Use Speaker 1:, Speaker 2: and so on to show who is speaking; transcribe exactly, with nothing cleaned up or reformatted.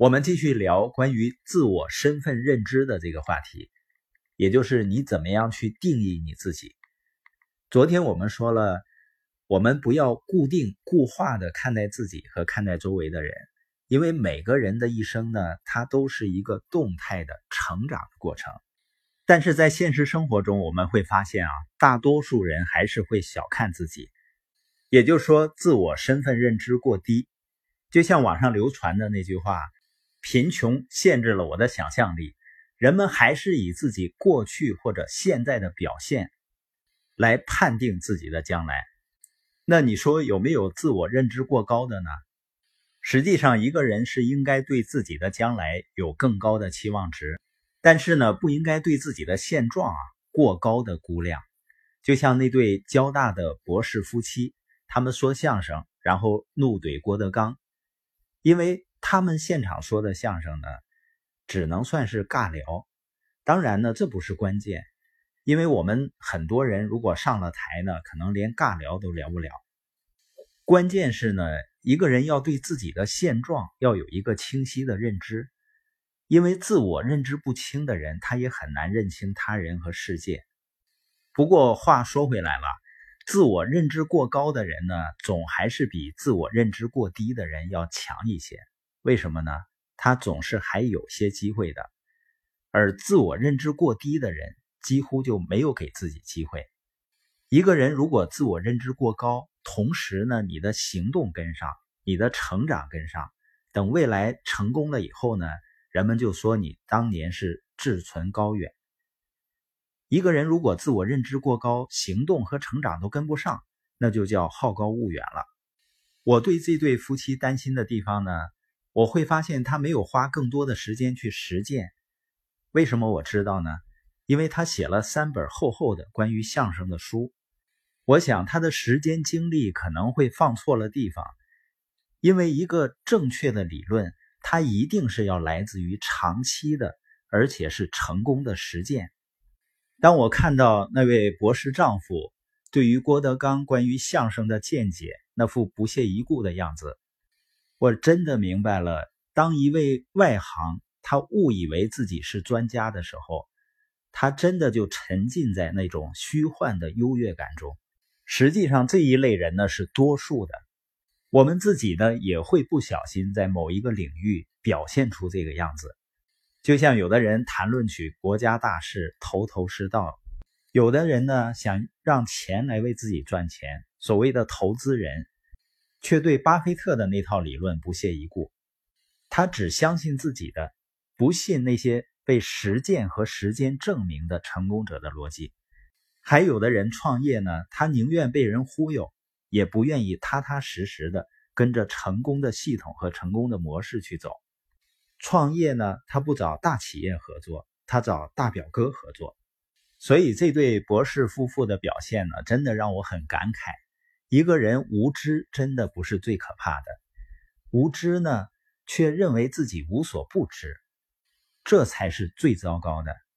Speaker 1: 我们继续聊关于自我身份认知的这个话题，也就是你怎么样去定义你自己。昨天我们说了，我们不要固定固化的看待自己和看待周围的人，因为每个人的一生呢，它都是一个动态的成长的过程。但是在现实生活中，我们会发现啊，大多数人还是会小看自己，也就是说自我身份认知过低。就像网上流传的那句话，贫穷限制了我的想象力，人们还是以自己过去或者现在的表现来判定自己的将来。那你说有没有自我认知过高的呢？实际上一个人是应该对自己的将来有更高的期望值，但是呢，不应该对自己的现状啊过高的估量。就像那对交大的博士夫妻，他们说相声，然后怒怼郭德纲，因为他们现场说的相声呢，只能算是尬聊。当然呢，这不是关键，因为我们很多人如果上了台呢，可能连尬聊都聊不了。关键是呢，一个人要对自己的现状要有一个清晰的认知，因为自我认知不清的人，他也很难认清他人和世界。不过话说回来了，自我认知过高的人呢，总还是比自我认知过低的人要强一些。为什么呢？他总是还有些机会的。而自我认知过低的人，几乎就没有给自己机会。一个人如果自我认知过高，同时呢，你的行动跟上，你的成长跟上，等未来成功了以后呢，人们就说你当年是志存高远。一个人如果自我认知过高，行动和成长都跟不上，那就叫好高骛远了。我对这对夫妻担心的地方呢，我会发现他没有花更多的时间去实践。为什么我知道呢？因为他写了三本厚厚的关于相声的书。我想他的时间精力可能会放错了地方，因为一个正确的理论，它一定是要来自于长期的，而且是成功的实践。当我看到那位博士丈夫对于郭德纲关于相声的见解，那副不屑一顾的样子，我真的明白了，当一位外行他误以为自己是专家的时候，他真的就沉浸在那种虚幻的优越感中。实际上这一类人呢是多数的，我们自己呢也会不小心在某一个领域表现出这个样子。就像有的人谈论起国家大事头头是道，有的人呢想让钱来为自己赚钱，所谓的投资人，却对巴菲特的那套理论不屑一顾。他只相信自己的，不信那些被实践和时间证明的成功者的逻辑。还有的人创业呢，他宁愿被人忽悠，也不愿意踏踏实实的跟着成功的系统和成功的模式去走。创业呢，他不找大企业合作，他找大表哥合作。所以这对博士夫妇的表现呢，真的让我很感慨。一个人无知真的不是最可怕的，无知呢，却认为自己无所不知，这才是最糟糕的。